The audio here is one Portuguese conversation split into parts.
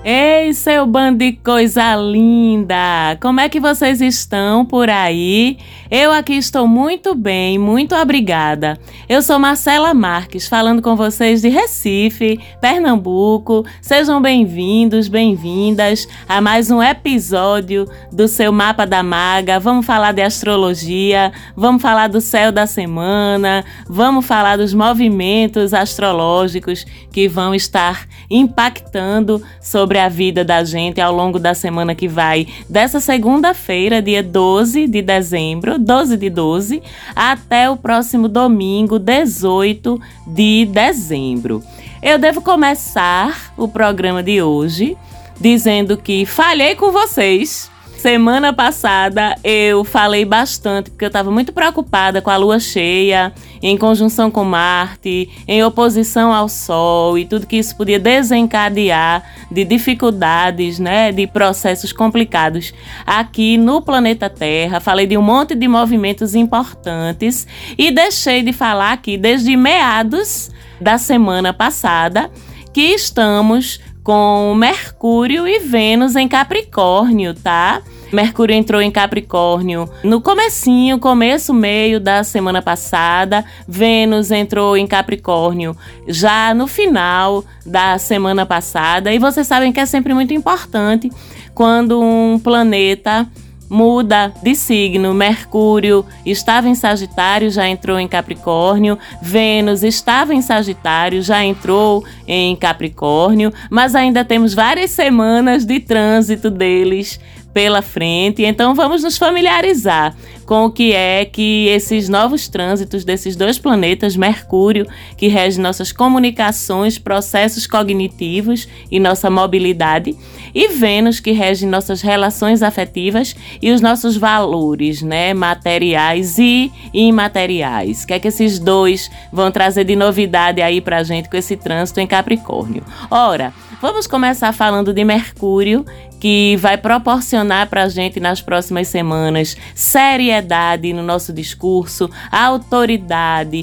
Ei, seu bando de coisa linda! Como é que vocês estão por aí? Eu aqui estou muito bem, muito obrigada. Eu sou Marcela Marques, falando com vocês de Recife, Pernambuco. Sejam bem-vindos, bem-vindas a mais um episódio do seu Mapa da Maga. Vamos falar de astrologia, vamos falar do céu da semana, vamos falar dos movimentos astrológicos que vão estar impactando sobre a vida da gente ao longo da semana que vai dessa segunda-feira, dia 12 de dezembro, 12 de 12, até o próximo domingo, 18 de dezembro. Eu devo começar o programa de hoje dizendo que falhei com vocês. Semana passada eu falei bastante porque eu estava muito preocupada com a lua cheia, em conjunção com Marte, em oposição ao Sol e tudo que isso podia desencadear de dificuldades, de processos complicados aqui no planeta Terra. Falei de um monte de movimentos importantes e deixei de falar aqui desde meados da semana passada que estamos com Mercúrio e Vênus em Capricórnio, tá? Mercúrio entrou em Capricórnio no começo, meio da semana passada. Vênus entrou em Capricórnio já no final da semana passada. E vocês sabem que é sempre muito importante quando um planeta muda de signo. Mercúrio estava em Sagitário, já entrou em Capricórnio. Vênus estava em Sagitário, já entrou em Capricórnio. Mas ainda temos várias semanas de trânsito deles pela frente, então vamos nos familiarizar com o que é que esses novos trânsitos desses dois planetas, Mercúrio, que rege nossas comunicações, processos cognitivos e nossa mobilidade, e Vênus, que rege nossas relações afetivas e os nossos valores, materiais e imateriais. O que é que esses dois vão trazer de novidade aí pra gente com esse trânsito em Capricórnio? Ora, vamos começar falando de Mercúrio, que vai proporcionar para a gente nas próximas semanas seriedade no nosso discurso, autoridade,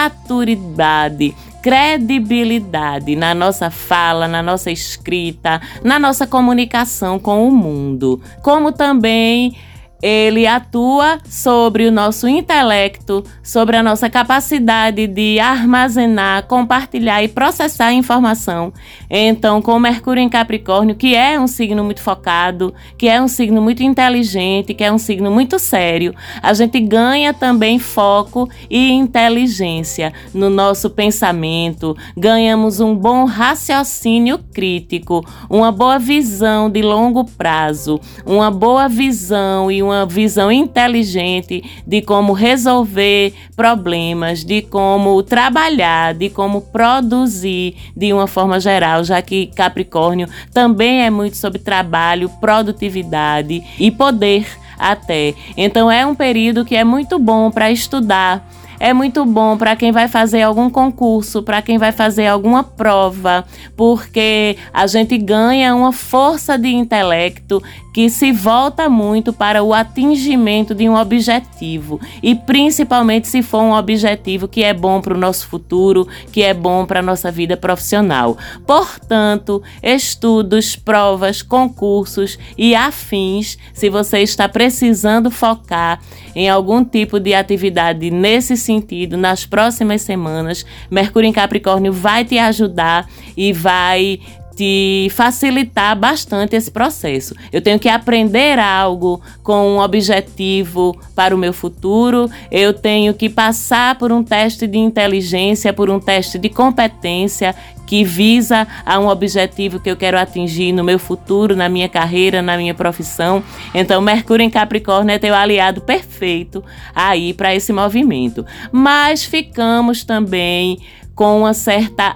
maturidade, credibilidade na nossa fala, na nossa escrita, na nossa comunicação com o mundo. Como também ele atua sobre o nosso intelecto, sobre a nossa capacidade de armazenar, compartilhar e processar a informação. Então, com Mercúrio em Capricórnio, que é um signo muito focado, que é um signo muito inteligente, que é um signo muito sério, a gente ganha também foco e inteligência no nosso pensamento, ganhamos um bom raciocínio crítico, uma boa visão de longo prazo, uma boa visão e uma visão inteligente de como resolver problemas, de como trabalhar, de como produzir de uma forma geral, já que Capricórnio também é muito sobre trabalho, produtividade e poder até. Então é um período que é muito bom para estudar. É muito bom para quem vai fazer algum concurso, para quem vai fazer alguma prova, porque a gente ganha uma força de intelecto que se volta muito para o atingimento de um objetivo, e principalmente se for um objetivo que é bom para o nosso futuro, que é bom para a nossa vida profissional. Portanto, estudos, provas, concursos e afins, se você está precisando focar em algum tipo de atividade nesse sentido, nas próximas semanas, Mercúrio em Capricórnio vai te ajudar e vai te facilitar bastante esse processo. Eu tenho que aprender algo com um objetivo para o meu futuro, eu tenho que passar por um teste de inteligência, por um teste de competência que visa a um objetivo que eu quero atingir no meu futuro, na minha carreira, na minha profissão. Então, Mercúrio em Capricórnio é teu aliado perfeito aí para esse movimento. Mas ficamos também com uma certa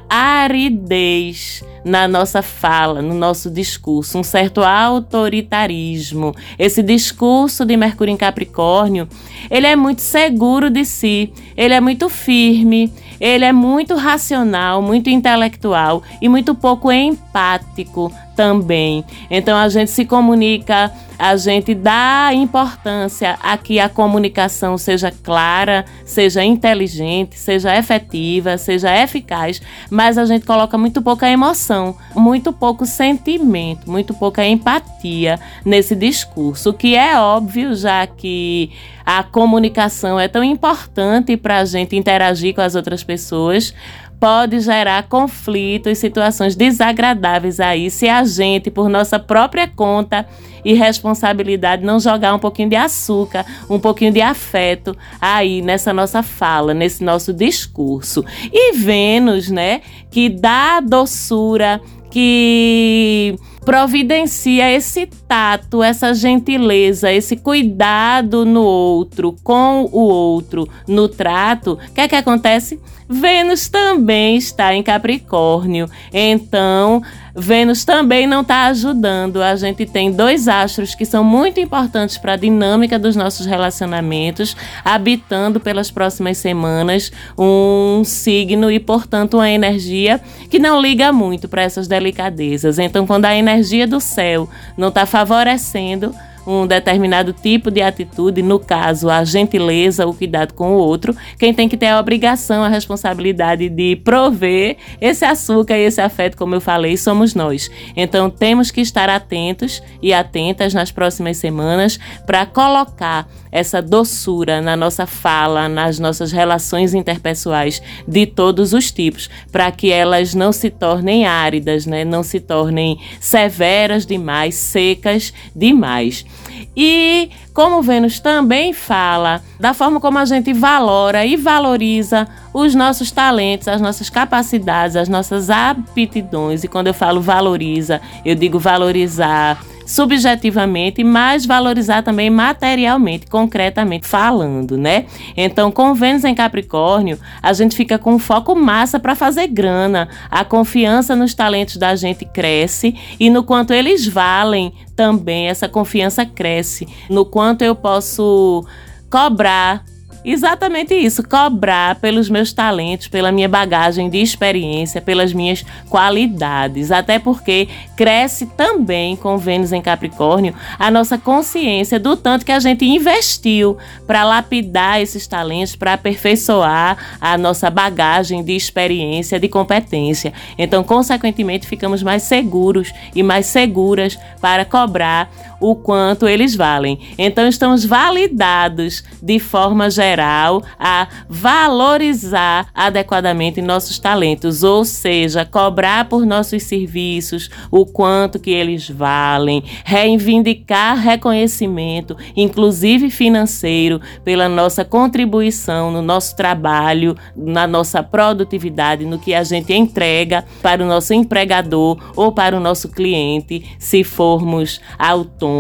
aridez na nossa fala, no nosso discurso, um certo autoritarismo. Esse discurso de Mercúrio em Capricórnio, ele é muito seguro de si, ele é muito firme, ele é muito racional, muito intelectual e muito pouco empático também. Então a gente se comunica, a gente dá importância a que a comunicação seja clara, seja inteligente, seja efetiva, seja eficaz, mas a gente coloca muito pouca emoção, muito pouco sentimento, muito pouca empatia nesse discurso, o que é óbvio, já que a comunicação é tão importante para a gente interagir com as outras pessoas. Pode gerar conflitos e situações desagradáveis aí se a gente, por nossa própria conta e responsabilidade, não jogar um pouquinho de açúcar, um pouquinho de afeto aí nessa nossa fala, nesse nosso discurso. E Vênus, né, que dá doçura, que providencia esse tato, essa gentileza, esse cuidado no outro, com o outro, no trato. O que é que acontece? Vênus também está em Capricórnio, então Vênus também não está ajudando. A gente tem 2 astros que são muito importantes para a dinâmica dos nossos relacionamentos, habitando pelas próximas semanas um signo e, portanto, uma energia que não liga muito para essas delicadezas. Então, quando a energia do céu não está favorecendo um determinado tipo de atitude, no caso, a gentileza, o cuidado com o outro, quem tem que ter a obrigação, a responsabilidade de prover esse açúcar e esse afeto, como eu falei, somos nós. Então, temos que estar atentos e atentas nas próximas semanas para colocar essa doçura na nossa fala, nas nossas relações interpessoais de todos os tipos, para que elas não se tornem áridas, né? Não se tornem severas demais, secas demais. E como Vênus também fala da forma como a gente valora e valoriza os nossos talentos, as nossas capacidades, as nossas aptidões. E quando eu falo valoriza, eu digo valorizar subjetivamente, mas valorizar também materialmente, concretamente falando, né? Então, com Vênus em Capricórnio, a gente fica com um foco massa para fazer grana. A confiança nos talentos da gente cresce e no quanto eles valem também, essa confiança cresce. No quanto eu posso cobrar. Exatamente isso, cobrar pelos meus talentos, pela minha bagagem de experiência, pelas minhas qualidades. Até porque cresce também com Vênus em Capricórnio a nossa consciência do tanto que a gente investiu para lapidar esses talentos, para aperfeiçoar a nossa bagagem de experiência, de competência. Então, consequentemente, ficamos mais seguros e mais seguras para cobrar o quanto eles valem. Então, estamos validados de forma geral a valorizar adequadamente nossos talentos, ou seja, cobrar por nossos serviços o quanto que eles valem, reivindicar reconhecimento, inclusive financeiro, pela nossa contribuição no nosso trabalho, na nossa produtividade, no que a gente entrega para o nosso empregador ou para o nosso cliente, se formos autônomos.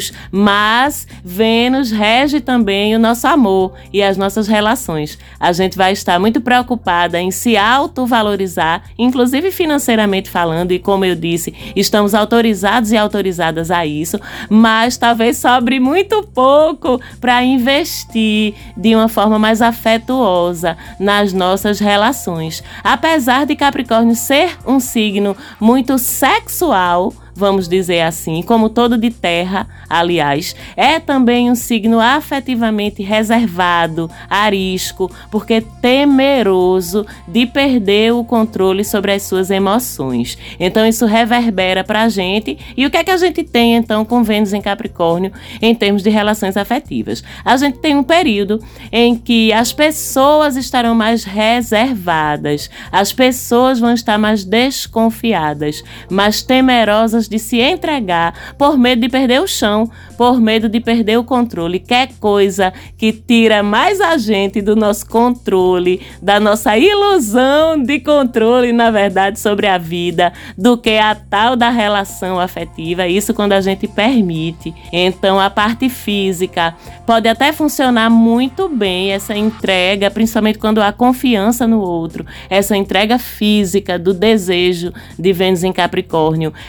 Mas Vênus rege também o nosso amor e as nossas relações. A gente vai estar muito preocupada em se autovalorizar, inclusive financeiramente falando, e como eu disse, estamos autorizados e autorizadas a isso, mas talvez sobre muito pouco para investir de uma forma mais afetuosa nas nossas relações. Apesar de Capricórnio ser um signo muito sexual, vamos dizer assim, como todo de terra, aliás, é também um signo afetivamente reservado, arisco, porque temeroso de perder o controle sobre as suas emoções. Então isso reverbera para a gente. E o que é que a gente tem então com Vênus em Capricórnio em termos de relações afetivas? A gente tem um período em que as pessoas estarão mais reservadas, as pessoas vão estar mais desconfiadas, mais temerosas de se entregar por medo de perder o chão, por medo de perder o controle. Quer coisa que tira mais a gente do nosso controle, da nossa ilusão de controle, na verdade, sobre a vida, do que a tal da relação afetiva. Isso quando a gente permite. Então, a parte física pode até funcionar muito bem, essa entrega, principalmente quando há confiança no outro, essa entrega física do desejo de Vênus em Capricórnio, ela é muito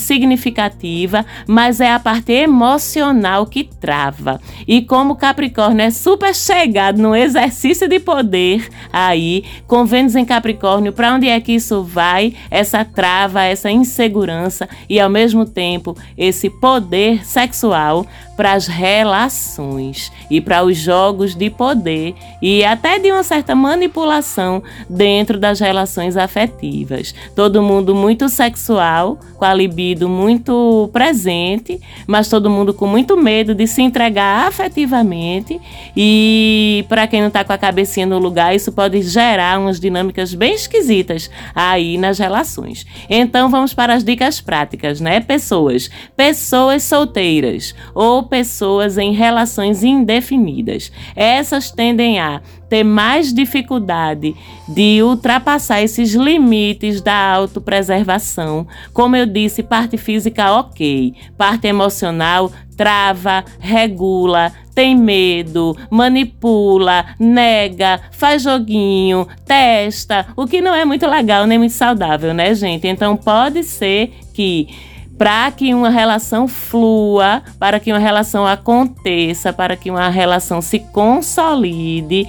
significativa, mas é a parte emocional que trava. E como Capricórnio é super chegado no exercício de poder, aí, com Vênus em Capricórnio, para onde é que isso vai? Essa trava, essa insegurança e, ao mesmo tempo, esse poder sexual para as relações e para os jogos de poder e até de uma certa manipulação dentro das relações afetivas. Todo mundo muito sexual, com a libido muito presente, mas todo mundo com muito medo de se entregar afetivamente e, para quem não está com a cabecinha no lugar, isso pode gerar umas dinâmicas bem esquisitas aí nas relações. Então vamos para as dicas práticas, né? Pessoas solteiras ou pessoas em relações indefinidas. Essas tendem a ter mais dificuldade de ultrapassar esses limites da autopreservação. Como eu disse, parte física ok, parte emocional trava, regula, tem medo, manipula, nega, faz joguinho, testa, o que não é muito legal nem muito saudável, né, gente? Então pode ser que para que uma relação flua, para que uma relação aconteça, para que uma relação se consolide,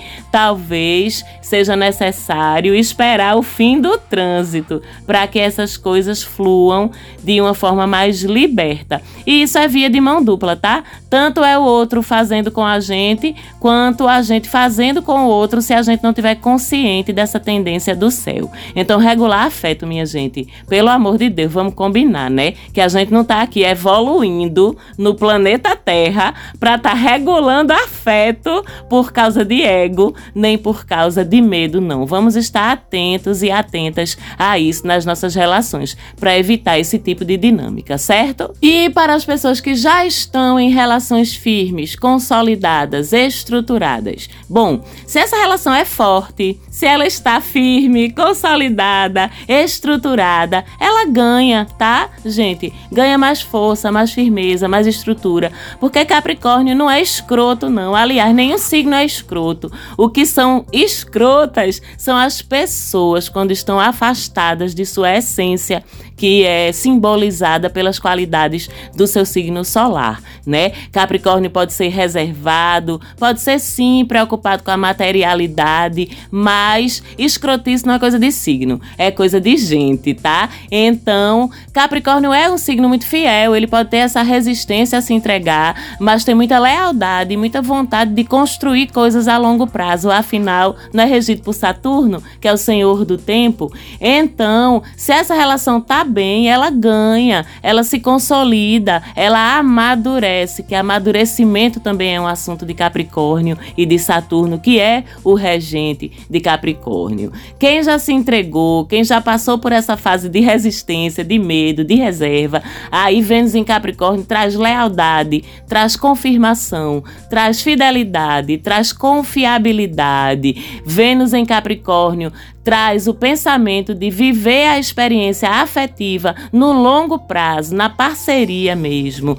talvez seja necessário esperar o fim do trânsito para que essas coisas fluam de uma forma mais liberta. E isso é via de mão dupla, tá? Tanto é o outro fazendo com a gente, quanto a gente fazendo com o outro, se a gente não tiver consciente dessa tendência do céu. Então, regular afeto, minha gente, pelo amor de Deus, vamos combinar, né? Que a gente não tá aqui evoluindo no planeta Terra para estar regulando afeto por causa de ego, nem por causa de medo, não. Vamos estar atentos e atentas a isso nas nossas relações, para evitar esse tipo de dinâmica, certo? E para as pessoas que já estão em relações firmes, consolidadas, estruturadas. Bom, se essa relação é forte, se ela está firme, consolidada, estruturada, ela ganha, tá, gente? Ganha mais força, mais firmeza, mais estrutura. Porque Capricórnio não é escroto, não. Aliás, nenhum signo é escroto. O que são escrotas são as pessoas quando estão afastadas de sua essência, que é simbolizada pelas qualidades do seu signo solar, né? Capricórnio pode ser reservado, pode ser sim preocupado com a materialidade, mas escrotice não é coisa de signo, é coisa de gente, tá? Então, Capricórnio é um signo muito fiel, ele pode ter essa resistência a se entregar, mas tem muita lealdade, muita vontade de construir coisas a longo prazo, afinal, não é regido por Saturno, que é o senhor do tempo? Então, se essa relação tá bem, ela ganha, ela se consolida, ela amadurece, que amadurecimento também é um assunto de Capricórnio e de Saturno, que é o regente de Capricórnio. Quem já se entregou, quem já passou por essa fase de resistência, de medo, de reserva, aí Vênus em Capricórnio traz lealdade, traz confirmação, traz fidelidade, traz confiabilidade. Vênus em Capricórnio traz o pensamento de viver a experiência afetiva no longo prazo, na parceria mesmo.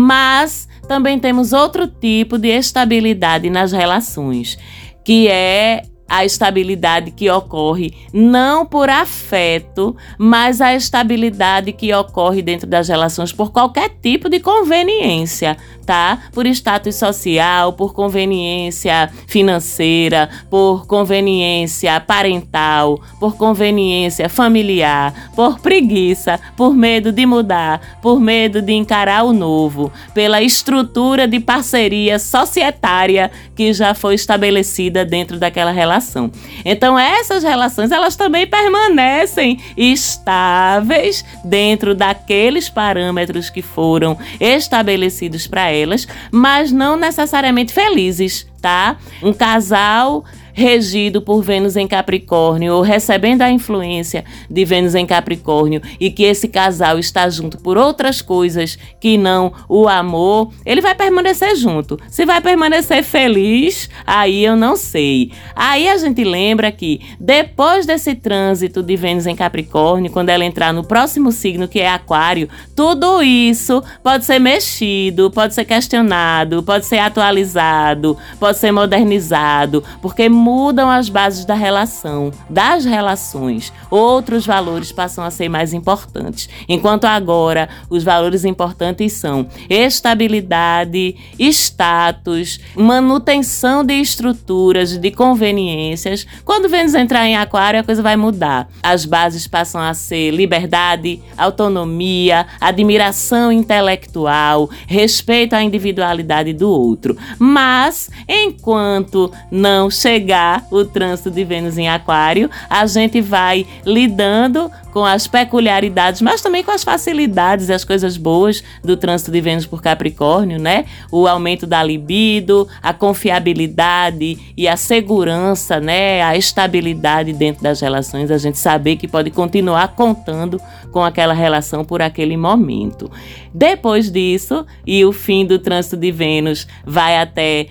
Mas também temos outro tipo de estabilidade nas relações, que é a estabilidade que ocorre não por afeto, mas a estabilidade que ocorre dentro das relações por qualquer tipo de conveniência, tá? Por status social, por conveniência financeira, por conveniência parental, por conveniência familiar, por preguiça, por medo de mudar, por medo de encarar o novo, pela estrutura de parceria societária que já foi estabelecida dentro daquela relação. Então essas relações, elas também permanecem estáveis dentro daqueles parâmetros que foram estabelecidos para elas, mas não necessariamente felizes, tá? Um casal regido por Vênus em Capricórnio ou recebendo a influência de Vênus em Capricórnio e que esse casal está junto por outras coisas que não o amor, ele vai permanecer junto. Se vai permanecer feliz, aí eu não sei. Aí a gente lembra que depois desse trânsito de Vênus em Capricórnio, quando ela entrar no próximo signo, que é Aquário, tudo isso pode ser mexido, pode ser questionado, pode ser atualizado, pode ser modernizado, porque mudam as bases da relação, das relações. Outros valores passam a ser mais importantes. Enquanto agora os valores importantes são estabilidade, status, manutenção de estruturas, de conveniências. Quando Vênus entrar em Aquário, a coisa vai mudar. As bases passam a ser liberdade, autonomia, admiração intelectual, respeito à individualidade do outro. Mas, enquanto não chegar o trânsito de Vênus em Aquário, a gente vai lidando com as peculiaridades, mas também com as facilidades e as coisas boas do trânsito de Vênus por Capricórnio, né? O aumento da libido, a confiabilidade e a segurança, né? A estabilidade dentro das relações, a gente saber que pode continuar contando com aquela relação por aquele momento. Depois disso, e o fim do trânsito de Vênus vai até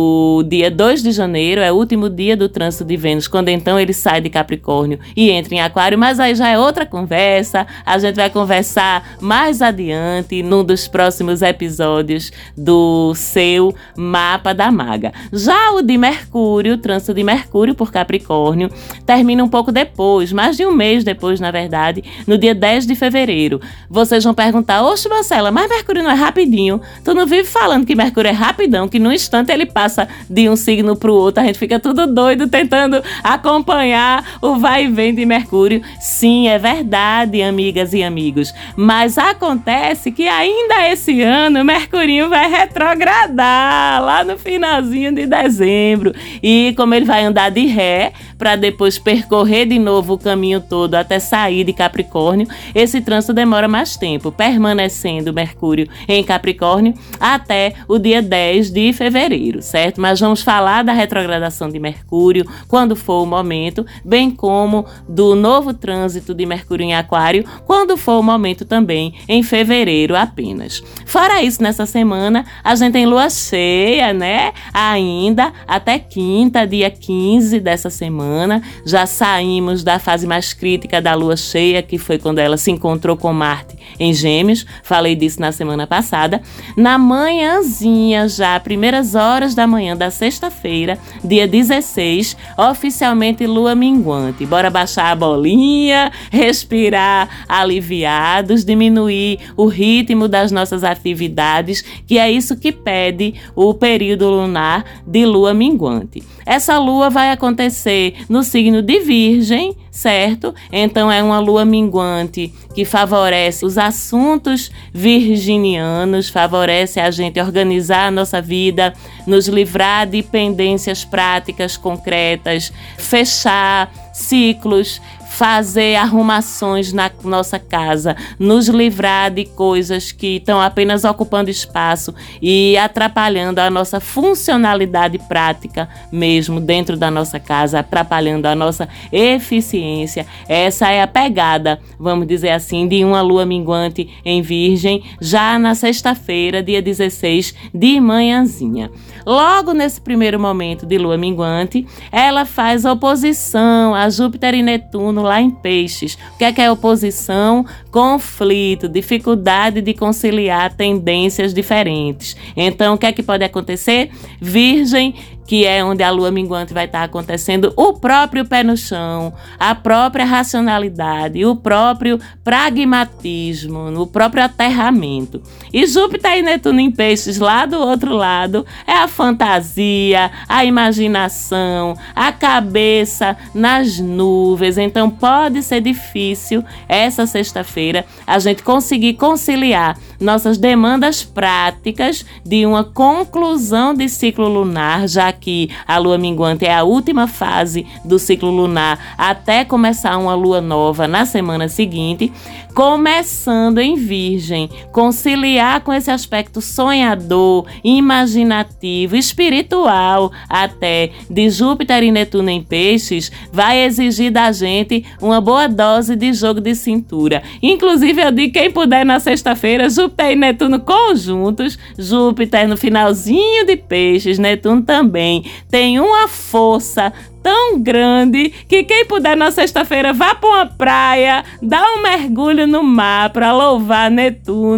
o dia 2 de janeiro, é o último dia do trânsito de Vênus, quando então ele sai de Capricórnio e entra em Aquário, mas aí já é outra conversa, a gente vai conversar mais adiante num dos próximos episódios do seu Mapa da Maga. Já o de Mercúrio, o trânsito de Mercúrio por Capricórnio, termina um pouco depois, mais de um mês depois, na verdade, no dia 10 de fevereiro. Vocês vão perguntar, oxe Marcela, mas Mercúrio não é rapidinho? Tu não vive falando que Mercúrio é rapidão, que num instante ele passa de um signo para o outro, a gente fica tudo doido tentando acompanhar o vai e vem de Mercúrio. Sim, é verdade, amigas e amigos, mas acontece que ainda esse ano Mercurinho vai retrogradar lá no finalzinho de dezembro, e como ele vai andar de ré para depois percorrer de novo o caminho todo até sair de Capricórnio, esse trânsito demora mais tempo, permanecendo Mercúrio em Capricórnio até o dia 10 de fevereiro, certo? Mas vamos falar da retrogradação de Mercúrio quando for o momento, bem como do novo trânsito de Mercúrio em Aquário quando for o momento também, em fevereiro apenas. Fora isso, nessa semana a gente tem lua cheia, né? Ainda até quinta, dia 15 dessa semana, já saímos da fase mais crítica da lua cheia, que foi quando ela se encontrou com Marte em Gêmeos. Falei disso na semana passada. Na manhãzinha, já primeiras horas da manhã da sexta-feira, dia 16, oficialmente lua minguante. Bora baixar a bolinha, respirar aliviados, diminuir o ritmo das nossas atividades, que é isso que pede o período lunar de lua minguante. Essa lua vai acontecer no signo de Virgem, certo? Então é uma lua minguante que favorece os assuntos virginianos, favorece a gente organizar a nossa vida, nos livrar de pendências práticas concretas, fechar ciclos, fazer arrumações na nossa casa, nos livrar de coisas que estão apenas ocupando espaço e atrapalhando a nossa funcionalidade prática mesmo dentro da nossa casa, atrapalhando a nossa eficiência. Essa é a pegada, vamos dizer assim, de uma lua minguante em Virgem, já na sexta-feira, dia 16, de manhãzinha. Logo nesse primeiro momento de lua minguante, ela faz oposição a Júpiter e Netuno lá em Peixes. O que é oposição? Conflito, dificuldade de conciliar tendências diferentes. Então, o que é que pode acontecer? Virgem, que é onde a lua minguante vai estar acontecendo, o próprio pé no chão, a própria racionalidade, o próprio pragmatismo, o próprio aterramento. E Júpiter e Netuno em Peixes, lá do outro lado, é a fantasia, a imaginação, a cabeça nas nuvens. Então pode ser difícil essa sexta-feira a gente conseguir conciliar nossas demandas práticas de uma conclusão de ciclo lunar, já que a lua minguante é a última fase do ciclo lunar até começar uma lua nova na semana seguinte, começando em Virgem. Conciliar com esse aspecto sonhador, imaginativo, espiritual até de Júpiter e Netuno em Peixes vai exigir da gente uma boa dose de jogo de cintura. Inclusive, eu digo, quem puder na sexta-feira, Júpiter e Netuno conjuntos, Júpiter no finalzinho de Peixes, Netuno também, tem uma força tão grande que quem puder na sexta-feira vá para uma praia, dá um mergulho no mar para louvar Netuno,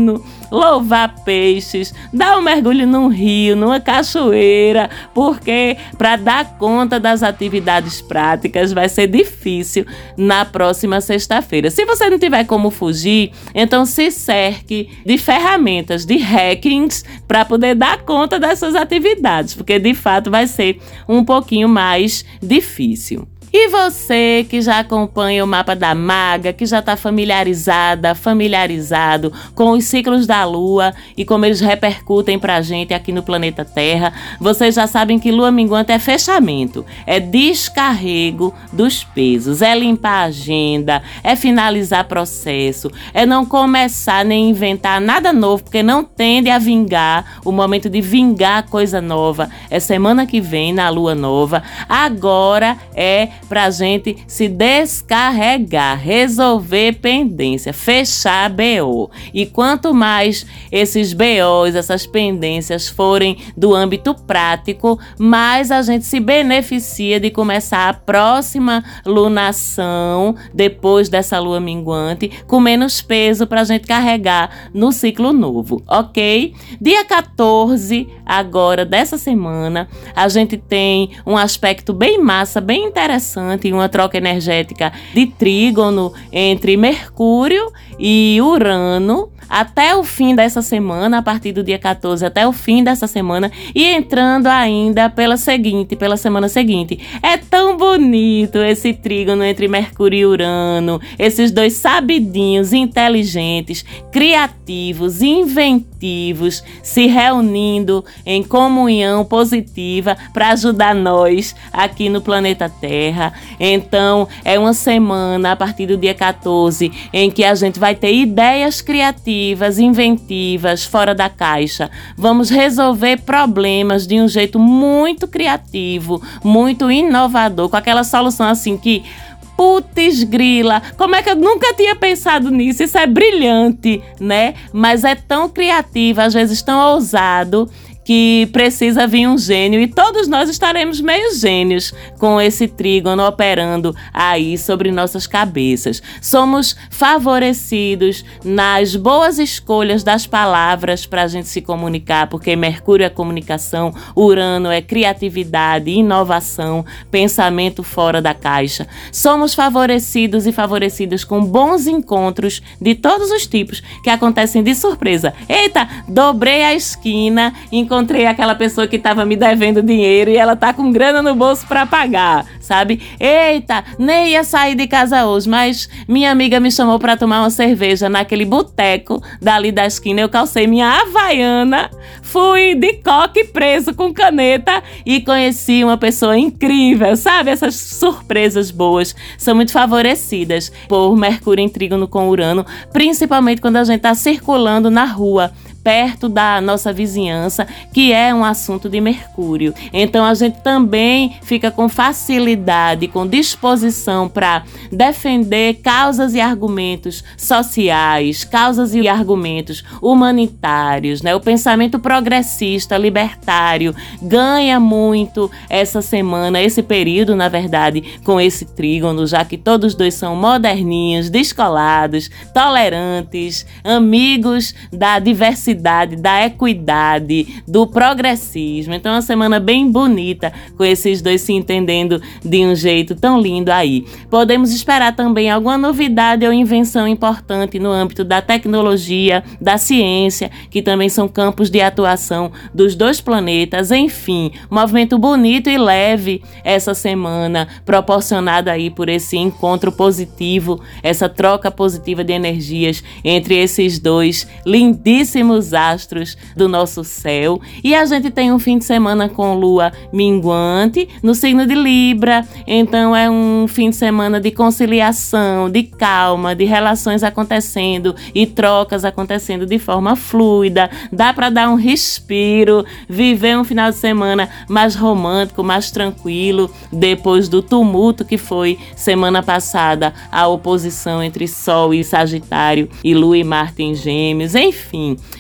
louvar peixes, dar um mergulho num rio, numa cachoeira, porque para dar conta das atividades práticas vai ser difícil na próxima sexta-feira. Se você não tiver como fugir, então se cerque de ferramentas, de hackings, para poder dar conta dessas atividades, porque de fato vai ser um pouquinho mais difícil. E você que já acompanha o mapa da Maga, que já está familiarizado com os ciclos da Lua e como eles repercutem para a gente aqui no planeta Terra, vocês já sabem que Lua minguante é fechamento, é descarrego dos pesos, é limpar a agenda, é finalizar processo, é não começar nem inventar nada novo, porque não tende a vingar. O momento de vingar coisa nova é semana que vem, na Lua nova. Agora é pra gente se descarregar, resolver pendência, fechar BO. E quanto mais esses BOs, essas pendências forem do âmbito prático, mais a gente se beneficia de começar a próxima lunação, depois dessa lua minguante, com menos peso pra gente carregar no ciclo novo, ok? Dia 14, agora dessa semana, a gente tem um aspecto bem massa, bem interessante, uma troca energética de trígono entre Mercúrio e Urano até o fim dessa semana, a partir do dia 14 até o fim dessa semana, e entrando ainda pela semana seguinte. É tão bonito esse trígono entre Mercúrio e Urano, esses dois sabidinhos, inteligentes, criativos, inventivos, se reunindo em comunhão positiva para ajudar nós aqui no planeta Terra. Então, é uma semana, a partir do dia 14, em que a gente vai ter ideias criativas, inventivas, fora da caixa. Vamos resolver problemas de um jeito muito criativo, muito inovador, com aquela solução assim que... Putz grila, como é que eu nunca tinha pensado nisso? Isso é brilhante, né? Mas é tão criativo, às vezes tão ousado, que precisa vir um gênio, e todos nós estaremos meio gênios com esse trígono operando aí sobre nossas cabeças. Somos favorecidos nas boas escolhas das palavras para a gente se comunicar, porque Mercúrio é comunicação, Urano é criatividade, inovação, pensamento fora da caixa. Somos favorecidos e favorecidas com bons encontros de todos os tipos que acontecem de surpresa. Eita, dobrei a esquina, encontrei aquela pessoa que estava me devendo dinheiro e ela tá com grana no bolso para pagar, sabe? Eita, nem ia sair de casa hoje, mas minha amiga me chamou para tomar uma cerveja naquele boteco dali da esquina. Eu calcei minha havaiana, fui de coque preso com caneta e conheci uma pessoa incrível, sabe? Essas surpresas boas são muito favorecidas por Mercúrio em trígono com Urano, principalmente quando a gente tá circulando na rua, perto da nossa vizinhança, que é um assunto de Mercúrio. Então a gente também fica com facilidade, com disposição para defender causas e argumentos sociais, causas e argumentos humanitários, né? O pensamento progressista, libertário, ganha muito essa semana, esse período, na verdade, com esse trígono, já que todos dois são moderninhos, descolados, tolerantes, amigos da diversidade, da equidade, do progressismo. Então é uma semana bem bonita, com esses dois se entendendo de um jeito tão lindo aí. Podemos esperar também alguma novidade ou invenção importante no âmbito da tecnologia, da ciência, que também são campos de atuação dos dois planetas. Enfim, um movimento bonito e leve essa semana, proporcionado aí por esse encontro positivo, essa troca positiva de energias entre esses dois lindíssimos astros do nosso céu. E a gente tem um fim de semana com lua minguante no signo de Libra. Então é um fim de semana de conciliação, de calma, de relações acontecendo e trocas acontecendo de forma fluida. Dá para dar um respiro, viver um final de semana mais romântico, mais tranquilo, depois do tumulto que foi semana passada, a oposição entre Sol e Sagitário e Lua e Marte em Gêmeos. Enfim,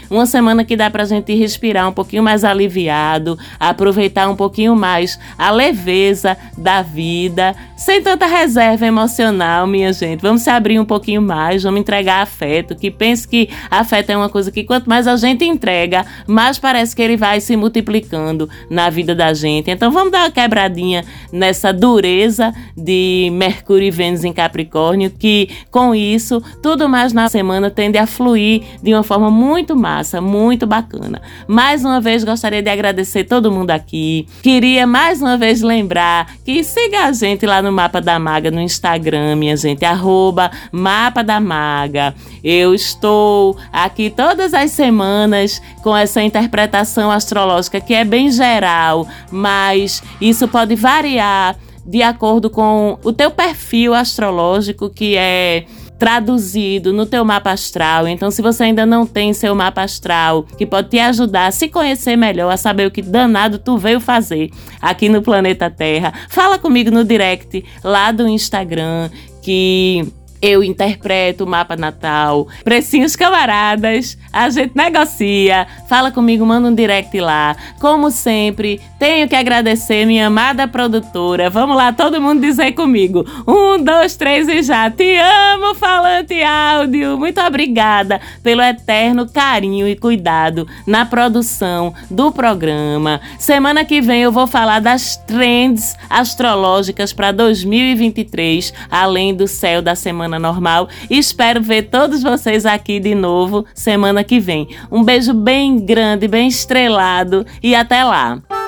Uma semana que dá pra gente respirar um pouquinho mais aliviado, aproveitar um pouquinho mais a leveza da vida, sem tanta reserva emocional, minha gente. Vamos se abrir um pouquinho mais, vamos entregar afeto, que pense que afeto é uma coisa que quanto mais a gente entrega, mais parece que ele vai se multiplicando na vida da gente. Então vamos dar uma quebradinha nessa dureza de Mercúrio e Vênus em Capricórnio, que com isso, tudo mais na semana tende a fluir de uma forma muito massa, muito bacana. Mais uma vez gostaria de agradecer todo mundo aqui. Queria mais uma vez lembrar que siga a gente lá no Mapa da Maga no Instagram, minha gente, @Mapa da Maga. Eu estou aqui todas as semanas com essa interpretação astrológica que é bem geral, mas isso pode variar de acordo com o teu perfil astrológico, que é traduzido no teu mapa astral. Então, se você ainda não tem seu mapa astral, que pode te ajudar a se conhecer melhor, a saber o que danado tu veio fazer aqui no planeta Terra, fala comigo no direct lá do Instagram, que eu interpreto o mapa natal. Precinhos camaradas, a gente negocia. Fala comigo, manda um direct lá. Como sempre, tenho que agradecer minha amada produtora. Vamos lá, todo mundo dizer comigo. 1, 2, 3 e já. Te amo, Falante Áudio. Muito obrigada pelo eterno carinho e cuidado na produção do programa. Semana que vem eu vou falar das trends astrológicas para 2023, além do céu da semana normal. Espero ver todos vocês aqui de novo semana que vem. Um beijo bem grande, bem estrelado e até lá!